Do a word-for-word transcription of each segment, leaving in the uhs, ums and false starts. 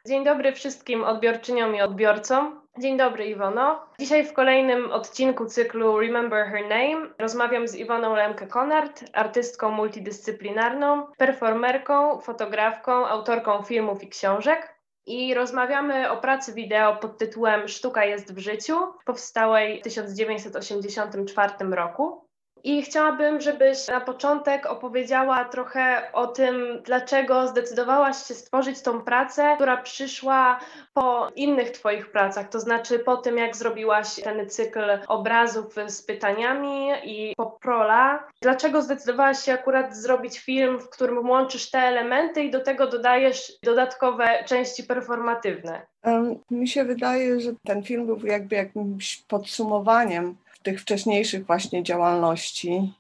Dzień dobry wszystkim odbiorczyniom i odbiorcom. Dzień dobry, Iwono. Dzisiaj w kolejnym odcinku cyklu Remember Her Name rozmawiam z Iwoną Lemke-Konard, artystką multidyscyplinarną, performerką, fotografką, autorką filmów i książek. I rozmawiamy o pracy wideo pod tytułem Sztuka jest w życiu, powstałej w tysiąc dziewięćset osiemdziesiątym czwartym roku. I chciałabym, żebyś na początek opowiedziała trochę o tym, dlaczego zdecydowałaś się stworzyć tą pracę, która przyszła po innych twoich pracach, to znaczy po tym, jak zrobiłaś ten cykl obrazów z pytaniami i po Prola. Dlaczego zdecydowałaś się akurat zrobić film, w którym łączysz te elementy i do tego dodajesz dodatkowe części performatywne? Um, mi się wydaje, że ten film był jakby jakimś podsumowaniem tych wcześniejszych właśnie działalności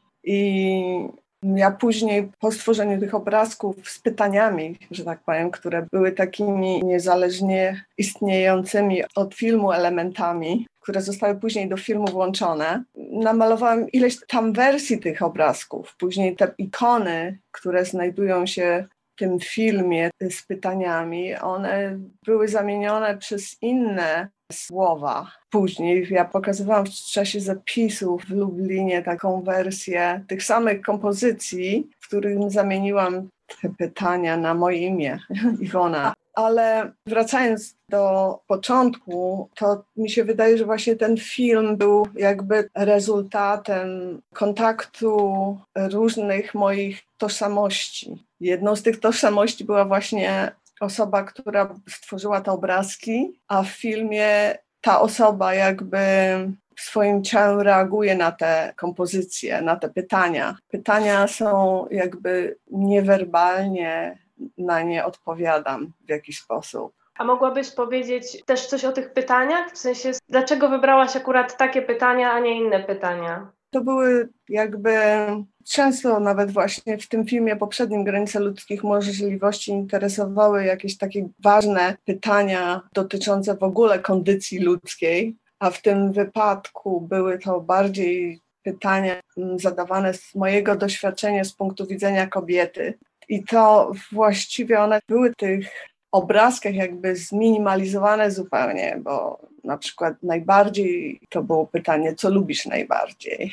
i ja później po stworzeniu tych obrazków z pytaniami, że tak powiem, które były takimi niezależnie istniejącymi od filmu elementami, które zostały później do filmu włączone, namalowałam ileś tam wersji tych obrazków. Później te ikony, które znajdują się w tym filmie z pytaniami, one były zamienione przez inne słowa. Później ja pokazywałam w czasie zapisów w Lublinie taką wersję tych samych kompozycji, w którym zamieniłam te pytania na moje imię, Iwona. Ale wracając do początku, to mi się wydaje, że właśnie ten film był jakby rezultatem kontaktu różnych moich tożsamości. Jedną z tych tożsamości była właśnie osoba, która stworzyła te obrazki, a w filmie ta osoba jakby swoim ciałem reaguje na te kompozycje, na te pytania. Pytania są jakby niewerbalnie, na nie odpowiadam w jakiś sposób. A mogłabyś powiedzieć też coś o tych pytaniach? W sensie, dlaczego wybrałaś akurat takie pytania, a nie inne pytania? To były jakby często nawet właśnie w tym filmie poprzednim Granice ludzkich możliwości interesowały jakieś takie ważne pytania dotyczące w ogóle kondycji ludzkiej, a w tym wypadku były to bardziej pytania zadawane z mojego doświadczenia z punktu widzenia kobiety. I to właściwie one były w tych obrazkach jakby zminimalizowane zupełnie, bo na przykład najbardziej to było pytanie, co lubisz najbardziej?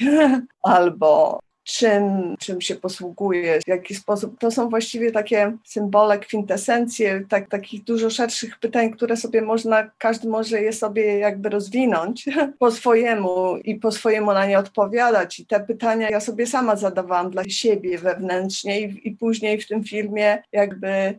Albo czym, czym się posługujesz, w jaki sposób. To są właściwie takie symbole, kwintesencje tak, takich dużo szerszych pytań, które sobie można, każdy może je sobie jakby rozwinąć po swojemu i po swojemu na nie odpowiadać. I te pytania ja sobie sama zadawałam dla siebie wewnętrznie i, i później w tym filmie jakby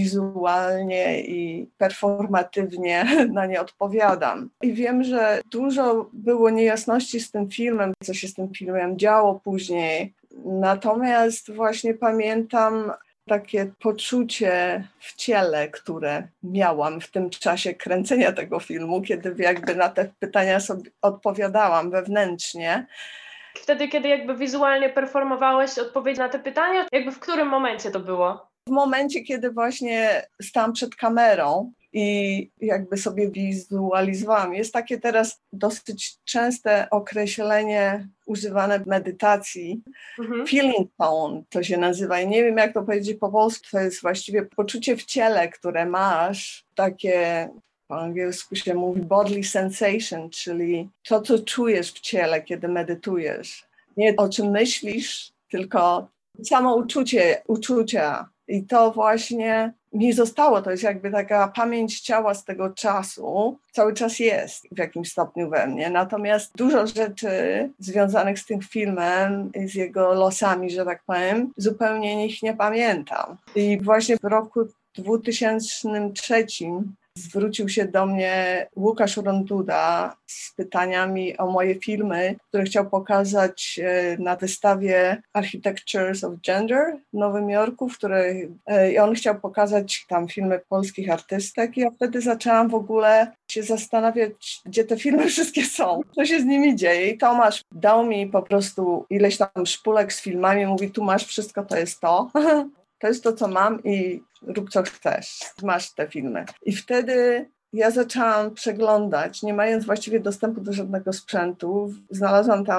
wizualnie i performatywnie na nie odpowiadam. I wiem, że dużo było niejasności z tym filmem, co się z tym filmem działo później. Natomiast właśnie pamiętam takie poczucie w ciele, które miałam w tym czasie kręcenia tego filmu, kiedy jakby na te pytania sobie odpowiadałam wewnętrznie. Wtedy, kiedy jakby wizualnie performowałeś odpowiedź na te pytania, jakby w którym momencie to było? W momencie, kiedy właśnie stałam przed kamerą i jakby sobie wizualizowałam. Jest takie teraz dosyć częste określenie używane w medytacji. Mhm. Feeling tone to się nazywa i nie wiem, jak to powiedzieć po polsku. To jest właściwie poczucie w ciele, które masz, takie po angielsku się mówi bodily sensation, czyli to, co czujesz w ciele, kiedy medytujesz. Nie o czym myślisz, tylko samo uczucie, uczucia. I to właśnie mi zostało, to jest jakby taka pamięć ciała z tego czasu, cały czas jest w jakimś stopniu we mnie. Natomiast dużo rzeczy związanych z tym filmem, z jego losami, że tak powiem, zupełnie ich nie pamiętam. I właśnie w roku dwutysięcznym trzecim zwrócił się do mnie Łukasz Ronduda z pytaniami o moje filmy, które chciał pokazać na wystawie Architectures of Gender w Nowym Jorku, w której i on chciał pokazać tam filmy polskich artystek i ja wtedy zaczęłam w ogóle się zastanawiać, gdzie te filmy wszystkie są, co się z nimi dzieje. I Tomasz dał mi po prostu ileś tam szpulek z filmami, mówi, tu masz wszystko, to jest to. To jest to, co mam i rób co chcesz, masz te filmy. I wtedy ja zaczęłam przeglądać, nie mając właściwie dostępu do żadnego sprzętu. Znalazłam tam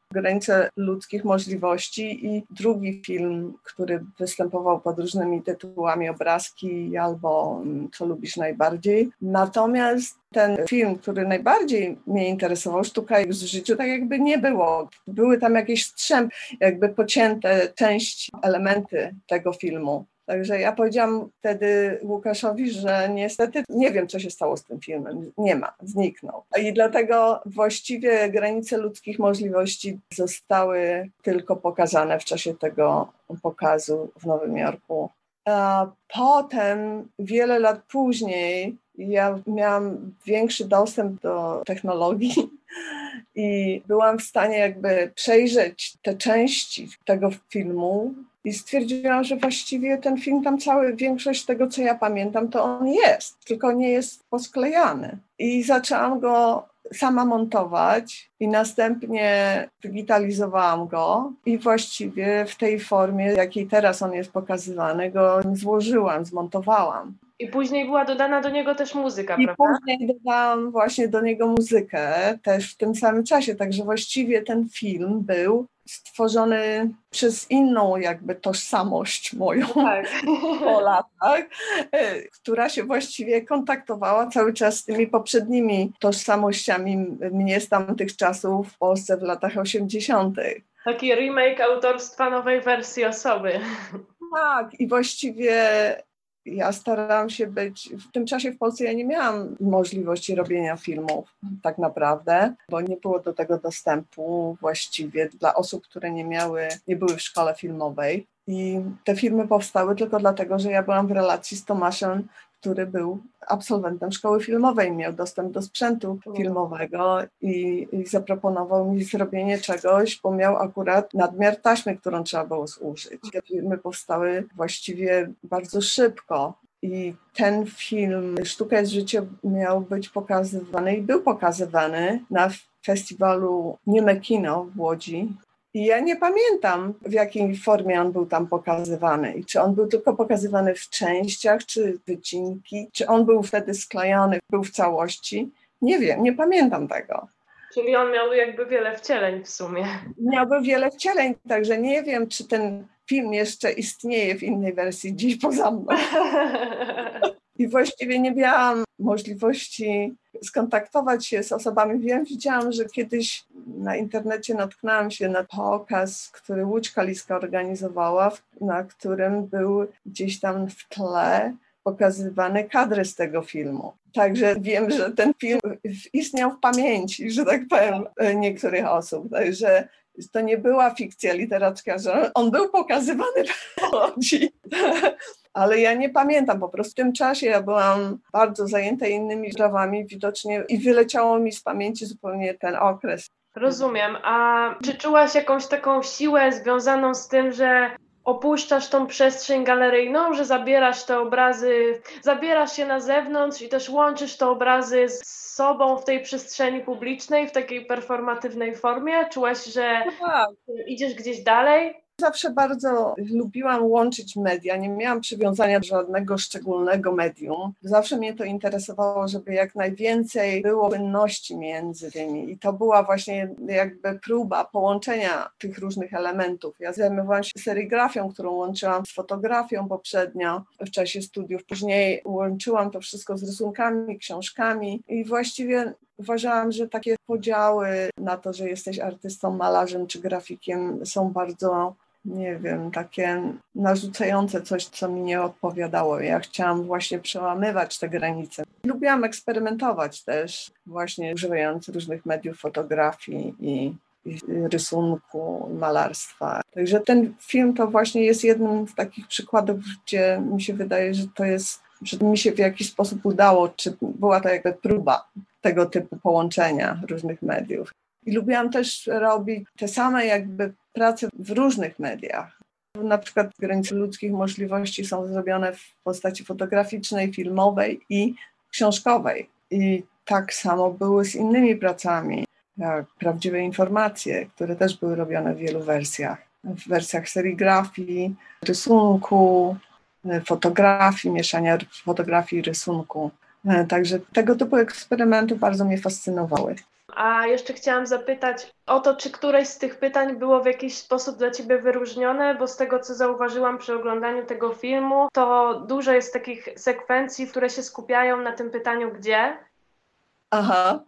Granice ludzkich możliwości i drugi film, który występował pod różnymi tytułami, Obrazki albo Co lubisz najbardziej. Natomiast ten film, który najbardziej mnie interesował, Sztuka w życiu, tak jakby nie było. Były tam jakieś strzęp, jakby pocięte części, elementy tego filmu. Także ja powiedziałam wtedy Łukaszowi, że niestety nie wiem, co się stało z tym filmem. Nie ma, zniknął. I dlatego właściwie granice ludzkich możliwości zostały tylko pokazane w czasie tego pokazu w Nowym Jorku. A potem, wiele lat później, ja miałam większy dostęp do technologii i byłam w stanie jakby przejrzeć te części tego filmu i stwierdziłam, że właściwie ten film, tam cała większość tego, co ja pamiętam, to on jest, tylko nie jest posklejany. I zaczęłam go sama montować i następnie digitalizowałam go i właściwie w tej formie, w jakiej teraz on jest pokazywany, go złożyłam, zmontowałam. I później była dodana do niego też muzyka, I prawda? później dodałam właśnie do niego muzykę też w tym samym czasie, także właściwie ten film był stworzony przez inną jakby tożsamość moją Tak. po latach, która się właściwie kontaktowała cały czas z tymi poprzednimi tożsamościami mnie z tamtych czasów w Polsce w latach osiemdziesiątych. Taki remake autorstwa nowej wersji osoby. Tak, i właściwie ja starałam się być, w tym czasie w Polsce ja nie miałam możliwości robienia filmów tak naprawdę, bo nie było do tego dostępu właściwie dla osób, które nie miały, nie były w szkole filmowej. I te filmy powstały tylko dlatego, że ja byłam w relacji z Tomaszem, który był absolwentem szkoły filmowej, miał dostęp do sprzętu filmowego i, i zaproponował mi zrobienie czegoś, bo miał akurat nadmiar taśmy, którą trzeba było zużyć. Te filmy powstały właściwie bardzo szybko i ten film Sztuka z życia miał być pokazywany i był pokazywany na festiwalu Nieme Kino w Łodzi. I ja nie pamiętam, w jakiej formie on był tam pokazywany. I czy on był tylko pokazywany w częściach, czy wycinki, czy on był wtedy sklejony, był w całości. Nie wiem, nie pamiętam tego. Czyli on miał jakby wiele wcieleń w sumie. Miałby wiele wcieleń, także nie wiem, czy ten film jeszcze istnieje w innej wersji dziś poza mną. I właściwie nie miałam możliwości skontaktować się z osobami. Wiem, widziałam, że kiedyś na internecie natknęłam się na pokaz, który Łódź Kaliska organizowała, na którym był gdzieś tam w tle pokazywane kadry z tego filmu. Także wiem, że ten film istniał w pamięci, że tak powiem, niektórych osób. Także to nie była fikcja literacka, że on był pokazywany w Łodzi. Ale ja nie pamiętam, po prostu w tym czasie ja byłam bardzo zajęta innymi sprawami widocznie i wyleciało mi z pamięci zupełnie ten okres. Rozumiem. A czy czułaś jakąś taką siłę związaną z tym, że opuszczasz tą przestrzeń galeryjną, że zabierasz te obrazy, zabierasz się na zewnątrz i też łączysz te obrazy z sobą w tej przestrzeni publicznej, w takiej performatywnej formie? Czułaś, że Tak. idziesz gdzieś dalej? Zawsze bardzo lubiłam łączyć media, nie miałam przywiązania do żadnego szczególnego medium. Zawsze mnie to interesowało, żeby jak najwięcej było płynności między tymi i to była właśnie jakby próba połączenia tych różnych elementów. Ja zajmowałam się serigrafią, którą łączyłam z fotografią poprzednio w czasie studiów. Później łączyłam to wszystko z rysunkami, książkami i właściwie uważałam, że takie podziały na to, że jesteś artystą, malarzem czy grafikiem są bardzo, nie wiem, takie narzucające coś, co mi nie odpowiadało. Ja chciałam właśnie przełamywać te granice. Lubiłam eksperymentować też, właśnie używając różnych mediów fotografii i, i rysunku, malarstwa. Także ten film to właśnie jest jednym z takich przykładów, gdzie mi się wydaje, że to jest, że mi się w jakiś sposób udało, czy była to jakby próba tego typu połączenia różnych mediów. I lubiłam też robić te same jakby prace w różnych mediach. Na przykład granice ludzkich możliwości są zrobione w postaci fotograficznej, filmowej i książkowej. I tak samo było z innymi pracami, jak Prawdziwe informacje, które też były robione w wielu wersjach. W wersjach serigrafii, rysunku, fotografii, mieszania fotografii i rysunku. Także tego typu eksperymenty bardzo mnie fascynowały. A jeszcze chciałam zapytać o to, czy któreś z tych pytań było w jakiś sposób dla Ciebie wyróżnione, bo z tego, co zauważyłam przy oglądaniu tego filmu, to dużo jest takich sekwencji, które się skupiają na tym pytaniu gdzie. Aha.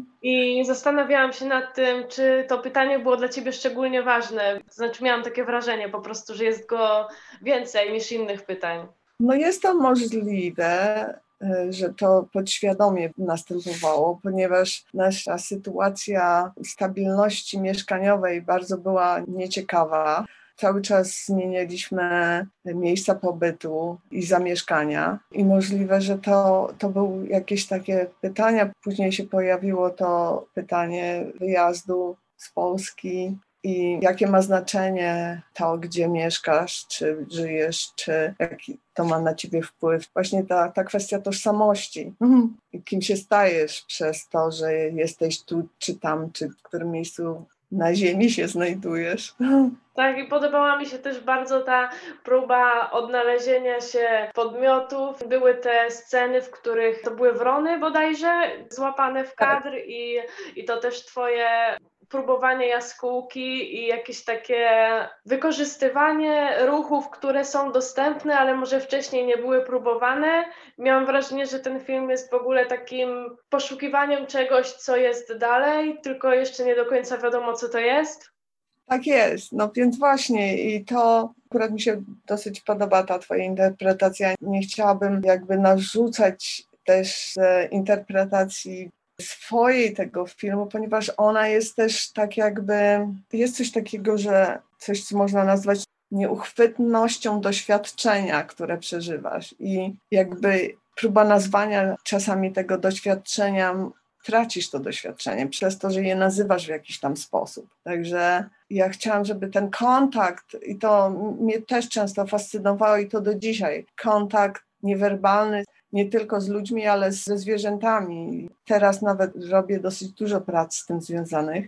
I zastanawiałam się nad tym, czy to pytanie było dla Ciebie szczególnie ważne. Znaczy miałam takie wrażenie po prostu, że jest go więcej niż innych pytań. No jest to możliwe, że to podświadomie następowało, ponieważ nasza sytuacja stabilności mieszkaniowej bardzo była nieciekawa. Cały czas zmienialiśmy miejsca pobytu i zamieszkania i możliwe, że to, to były jakieś takie pytania. Później się pojawiło to pytanie wyjazdu z Polski i jakie ma znaczenie to, gdzie mieszkasz, czy żyjesz, czy jaki to ma na ciebie wpływ. Właśnie ta, ta kwestia tożsamości. Kim się stajesz przez to, że jesteś tu, czy tam, czy w którym miejscu na ziemi się znajdujesz. Tak, i podobała mi się też bardzo ta próba odnalezienia się podmiotów. Były te sceny, w których to były wrony bodajże złapane w kadr i, i to też twoje próbowanie jaskółki i jakieś takie wykorzystywanie ruchów, które są dostępne, ale może wcześniej nie były próbowane. Miałam wrażenie, że ten film jest w ogóle takim poszukiwaniem czegoś, co jest dalej, tylko jeszcze nie do końca wiadomo, co to jest. Tak jest, no więc właśnie i to akurat mi się dosyć podoba ta twoja interpretacja. Nie chciałabym jakby narzucać też interpretacji swojej tego filmu, ponieważ ona jest też tak jakby, jest coś takiego, że coś, co można nazwać nieuchwytnością doświadczenia, które przeżywasz i jakby próba nazwania czasami tego doświadczenia, tracisz to doświadczenie przez to, że je nazywasz w jakiś tam sposób. Także ja chciałam, żeby ten kontakt, i to mnie też często fascynowało i to do dzisiaj, kontakt niewerbalny, nie tylko z ludźmi, ale ze zwierzętami. Teraz nawet robię dosyć dużo prac z tym związanych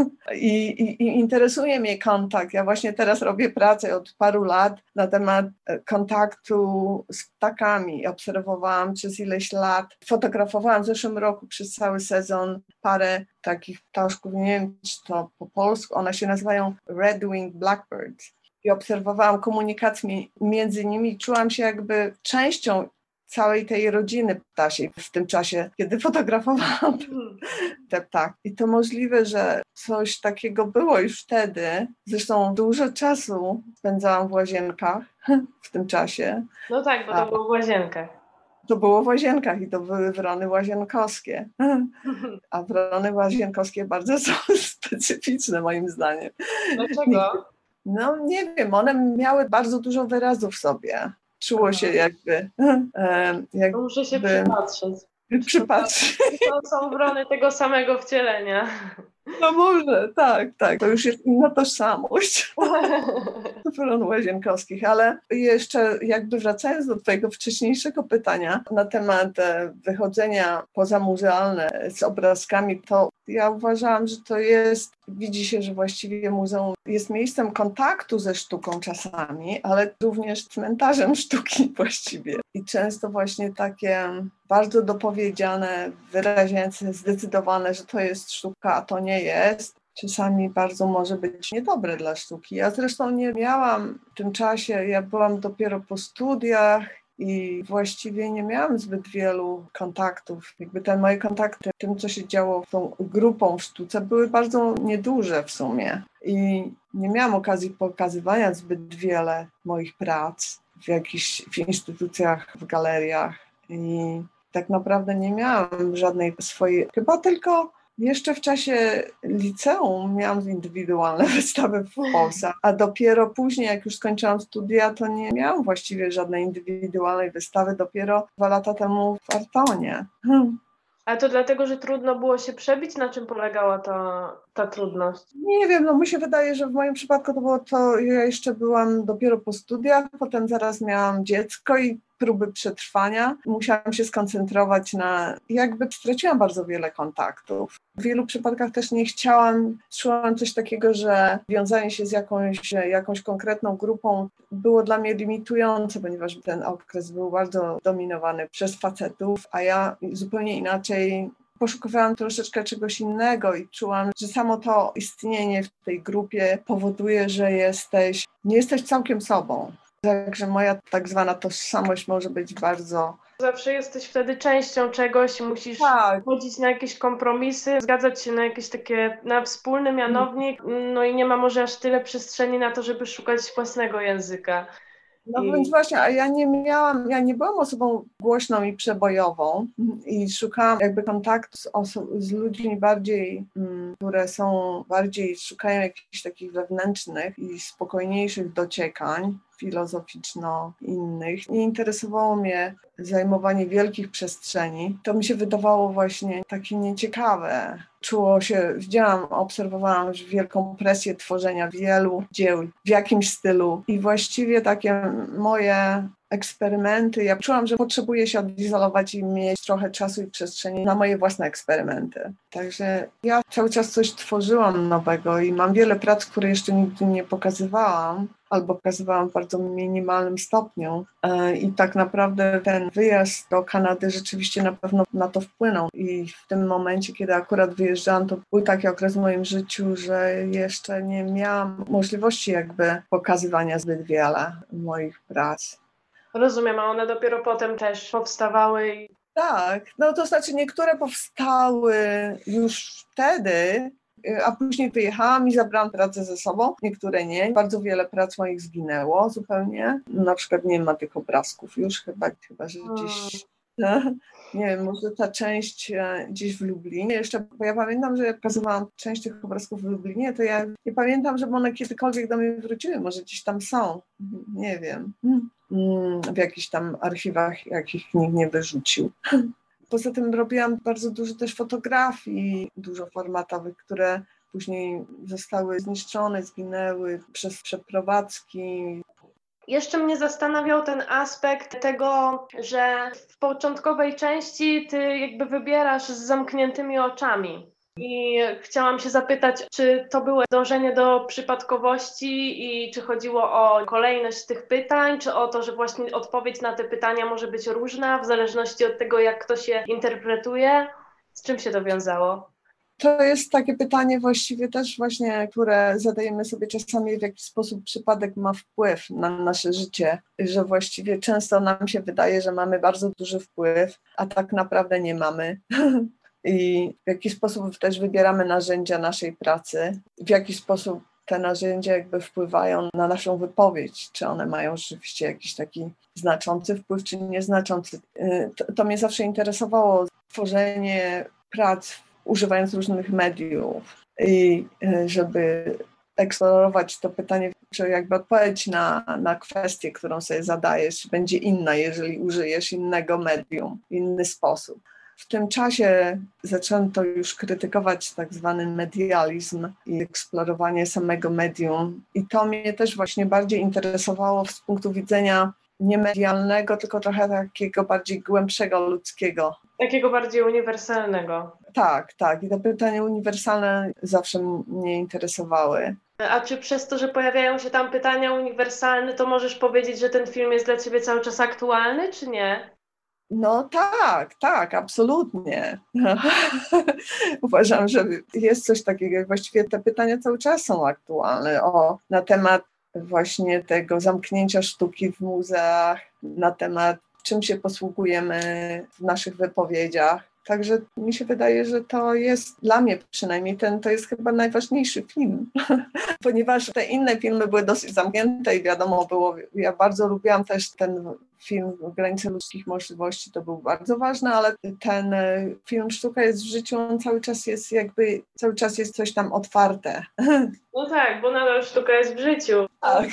I, i, i interesuje mnie kontakt. Ja właśnie teraz robię pracę od paru lat na temat kontaktu z ptakami. Obserwowałam przez ileś lat. Fotografowałam w zeszłym roku przez cały sezon parę takich ptaszków. Nie wiem, czy to po polsku. One się nazywają Red-winged Blackbirds. I obserwowałam komunikację między nimi. Czułam się jakby częścią całej tej rodziny ptasiej w tym czasie, kiedy fotografowałam te ptaki. I to możliwe, że coś takiego było już wtedy. Zresztą dużo czasu spędzałam w łazienkach w tym czasie. No tak, bo to A, było w łazienkach. To było w łazienkach i to były wrony łazienkowskie. A wrony łazienkowskie bardzo są specyficzne moim zdaniem. Dlaczego? No nie wiem, one miały bardzo dużo wyrazu w sobie. Czuło Aha. się jakby... jakby Muszę się przypatrzeć. Przypatrzeć. To są wrony tego samego wcielenia. No może, tak, tak. To już jest inna tożsamość wron łazienkowskich, ale jeszcze jakby wracając do twojego wcześniejszego pytania na temat wychodzenia pozamuzealne z obrazkami, to ja uważałam, że to jest, widzi się, że właściwie muzeum jest miejscem kontaktu ze sztuką czasami, ale również cmentarzem sztuki właściwie. I często właśnie takie bardzo dopowiedziane, wyrażające, zdecydowane, że to jest sztuka, a to nie jest, czasami bardzo może być niedobre dla sztuki. Ja zresztą nie miałam w tym czasie, ja byłam dopiero po studiach i właściwie nie miałam zbyt wielu kontaktów. Jakby te moje kontakty, tym co się działo z tą grupą w sztuce, były bardzo nieduże w sumie. I nie miałam okazji pokazywania zbyt wiele moich prac w jakichś w instytucjach, w galeriach. I tak naprawdę nie miałam żadnej swojej, chyba tylko jeszcze w czasie liceum miałam indywidualne wystawy w Polsce, a dopiero później, jak już skończyłam studia, to nie miałam właściwie żadnej indywidualnej wystawy, dopiero dwa lata temu w Artonie. Hmm. A to dlatego, że trudno było się przebić? Na czym polegała ta, ta trudność? Nie wiem, no mi się wydaje, że w moim przypadku to było to, ja jeszcze byłam dopiero po studiach, potem zaraz miałam dziecko i próby przetrwania. Musiałam się skoncentrować na, jakby straciłam bardzo wiele kontaktów. W wielu przypadkach też nie chciałam, czułam coś takiego, że wiązanie się z jakąś, jakąś konkretną grupą było dla mnie limitujące, ponieważ ten okres był bardzo dominowany przez facetów, a ja zupełnie inaczej poszukiwałam troszeczkę czegoś innego i czułam, że samo to istnienie w tej grupie powoduje, że jesteś, nie jesteś całkiem sobą. Także moja tak zwana tożsamość może być bardzo... Zawsze jesteś wtedy częścią czegoś, musisz tak. chodzić na jakieś kompromisy, zgadzać się na jakieś takie, na wspólny mianownik, no i nie ma może aż tyle przestrzeni na to, żeby szukać własnego języka. No I... więc właśnie, a ja nie miałam, ja nie byłam osobą głośną i przebojową i szukałam jakby kontaktu z, oso- z ludźmi bardziej, mm, które są bardziej, szukają jakichś takich wewnętrznych i spokojniejszych dociekań filozoficzno-innych. Nie interesowało mnie zajmowanie wielkich przestrzeni. To mi się wydawało właśnie takie nieciekawe. Czuło się, widziałam, obserwowałam już wielką presję tworzenia wielu dzieł w jakimś stylu i właściwie takie moje eksperymenty, ja czułam, że potrzebuję się odizolować i mieć trochę czasu i przestrzeni na moje własne eksperymenty. Także ja cały czas coś tworzyłam nowego i mam wiele prac, które jeszcze nigdy nie pokazywałam, albo pokazywałam w bardzo minimalnym stopniu. I tak naprawdę ten wyjazd do Kanady rzeczywiście na pewno na to wpłynął. I w tym momencie, kiedy akurat wyjeżdżałam, to był taki okres w moim życiu, że jeszcze nie miałam możliwości jakby pokazywania zbyt wiele moich prac. Rozumiem, a one dopiero potem też powstawały. I... Tak, no to znaczy niektóre powstały już wtedy, a później wyjechałam i zabrałam pracę ze sobą, niektóre nie. Bardzo wiele prac moich zginęło zupełnie. Na przykład nie ma tych obrazków już, chyba, chyba że gdzieś... Hmm. Nie wiem, może ta część gdzieś w Lublinie jeszcze, bo ja pamiętam, że jak pokazywałam część tych obrazków w Lublinie, to ja nie pamiętam, żeby one kiedykolwiek do mnie wróciły, może gdzieś tam są, nie wiem, w jakichś tam archiwach, jakich nikt nie wyrzucił. Poza tym robiłam bardzo dużo też fotografii, dużo formatowych, które później zostały zniszczone, zginęły przez przeprowadzki. Jeszcze mnie zastanawiał ten aspekt tego, że w początkowej części ty jakby wybierasz z zamkniętymi oczami. I chciałam się zapytać, czy to było dążenie do przypadkowości i czy chodziło o kolejność tych pytań, czy o to, że właśnie odpowiedź na te pytania może być różna w zależności od tego, jak ktoś je interpretuje? Z czym się to wiązało? To jest takie pytanie właściwie też właśnie, które zadajemy sobie czasami, w jaki sposób przypadek ma wpływ na nasze życie, że właściwie często nam się wydaje, że mamy bardzo duży wpływ, a tak naprawdę nie mamy. I w jaki sposób też wybieramy narzędzia naszej pracy, w jaki sposób te narzędzia jakby wpływają na naszą wypowiedź, czy one mają rzeczywiście jakiś taki znaczący wpływ, czy nieznaczący. To, to mnie zawsze interesowało, tworzenie prac używając różnych mediów i żeby eksplorować to pytanie, czy jakby odpowiedź na, na kwestię, którą sobie zadajesz, będzie inna, jeżeli użyjesz innego medium, w inny sposób. W tym czasie zaczęto już krytykować tak zwany medializm i eksplorowanie samego medium. I to mnie też właśnie bardziej interesowało z punktu widzenia nie medialnego, tylko trochę takiego bardziej głębszego, ludzkiego. Takiego bardziej uniwersalnego. Tak, tak. I te pytania uniwersalne zawsze mnie interesowały. A czy przez to, że pojawiają się tam pytania uniwersalne, to możesz powiedzieć, że ten film jest dla ciebie cały czas aktualny, czy nie? No tak, tak, absolutnie. Uważam, że jest coś takiego, jak właściwie te pytania cały czas są aktualne o, na temat właśnie tego zamknięcia sztuki w muzeach, na temat czym się posługujemy w naszych wypowiedziach. Także mi się wydaje, że to jest dla mnie przynajmniej ten, to jest chyba najważniejszy film, ponieważ te inne filmy były dosyć zamknięte i wiadomo było, ja bardzo lubiłam też ten film Granice ludzkich możliwości, to był bardzo ważny, ale ten film Sztuka jest w życiu, on cały czas jest jakby, cały czas jest coś tam otwarte. No tak, bo nadal sztuka jest w życiu. Tak.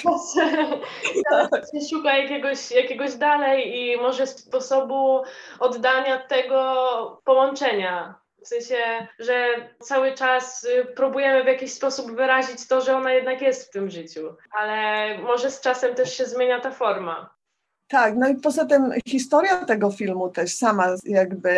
Nawet się szuka jakiegoś, jakiegoś dalej i może sposobu oddania tego połączenia. W sensie, że cały czas próbujemy w jakiś sposób wyrazić to, że ona jednak jest w tym życiu, ale może z czasem też się zmienia ta forma. Tak, no i poza tym historia tego filmu też sama jakby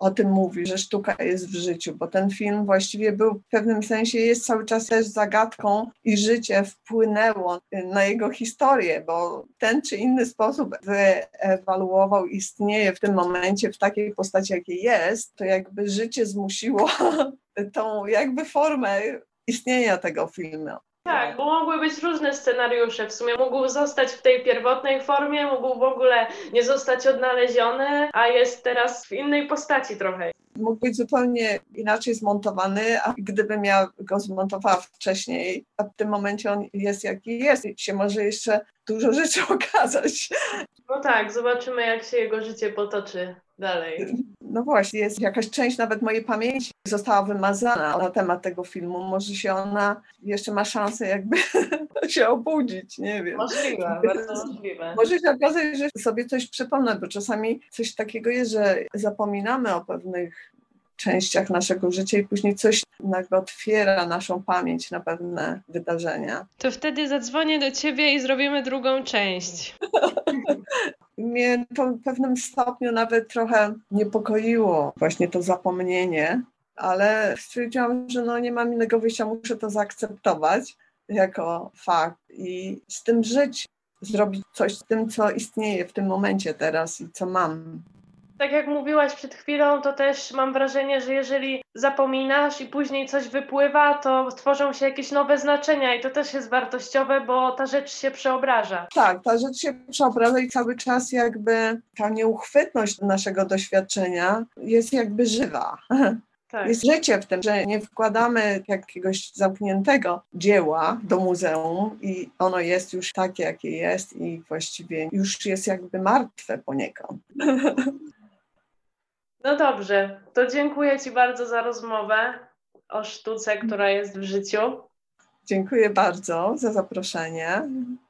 o tym mówi, że sztuka jest w życiu, bo ten film właściwie był w pewnym sensie, jest cały czas też zagadką i życie wpłynęło na jego historię, bo w ten czy inny sposób wyewaluował, istnieje w tym momencie w takiej postaci, jakiej jest, to jakby życie zmusiło tą jakby formę istnienia tego filmu. Tak, bo mogły być różne scenariusze. W sumie mógł zostać w tej pierwotnej formie, mógł w ogóle nie zostać odnaleziony, a jest teraz w innej postaci trochę. Mógł być zupełnie inaczej zmontowany, a gdybym ja go zmontowała wcześniej, a w tym momencie on jest jaki jest i się może jeszcze dużo rzeczy okazać. No tak, zobaczymy, jak się jego życie potoczy dalej. No właśnie, jest jakaś część nawet mojej pamięci została wymazana na temat tego filmu. Może się ona jeszcze ma szansę jakby się obudzić, nie wiem. Możliwe, bardzo możliwe. Może się okazać, że sobie coś przypomnę, bo czasami coś takiego jest, że zapominamy o pewnych częściach naszego życia i później coś jakby otwiera naszą pamięć na pewne wydarzenia. To wtedy zadzwonię do ciebie i zrobimy drugą część. Mnie to w pewnym stopniu nawet trochę niepokoiło, właśnie to zapomnienie, ale stwierdziłam, że no nie mam innego wyjścia, muszę to zaakceptować jako fakt i z tym żyć, zrobić coś z tym, co istnieje w tym momencie teraz i co mam. Tak jak mówiłaś przed chwilą, to też mam wrażenie, że jeżeli zapominasz i później coś wypływa, to tworzą się jakieś nowe znaczenia i to też jest wartościowe, bo ta rzecz się przeobraża. Tak, ta rzecz się przeobraża i cały czas jakby ta nieuchwytność naszego doświadczenia jest jakby żywa. Tak. Jest życie w tym, że nie wkładamy jakiegoś zamkniętego dzieła do muzeum i ono jest już takie, jakie jest i właściwie już jest jakby martwe poniekąd. No dobrze, to dziękuję Ci bardzo za rozmowę o sztuce, która jest w życiu. Dziękuję bardzo za zaproszenie.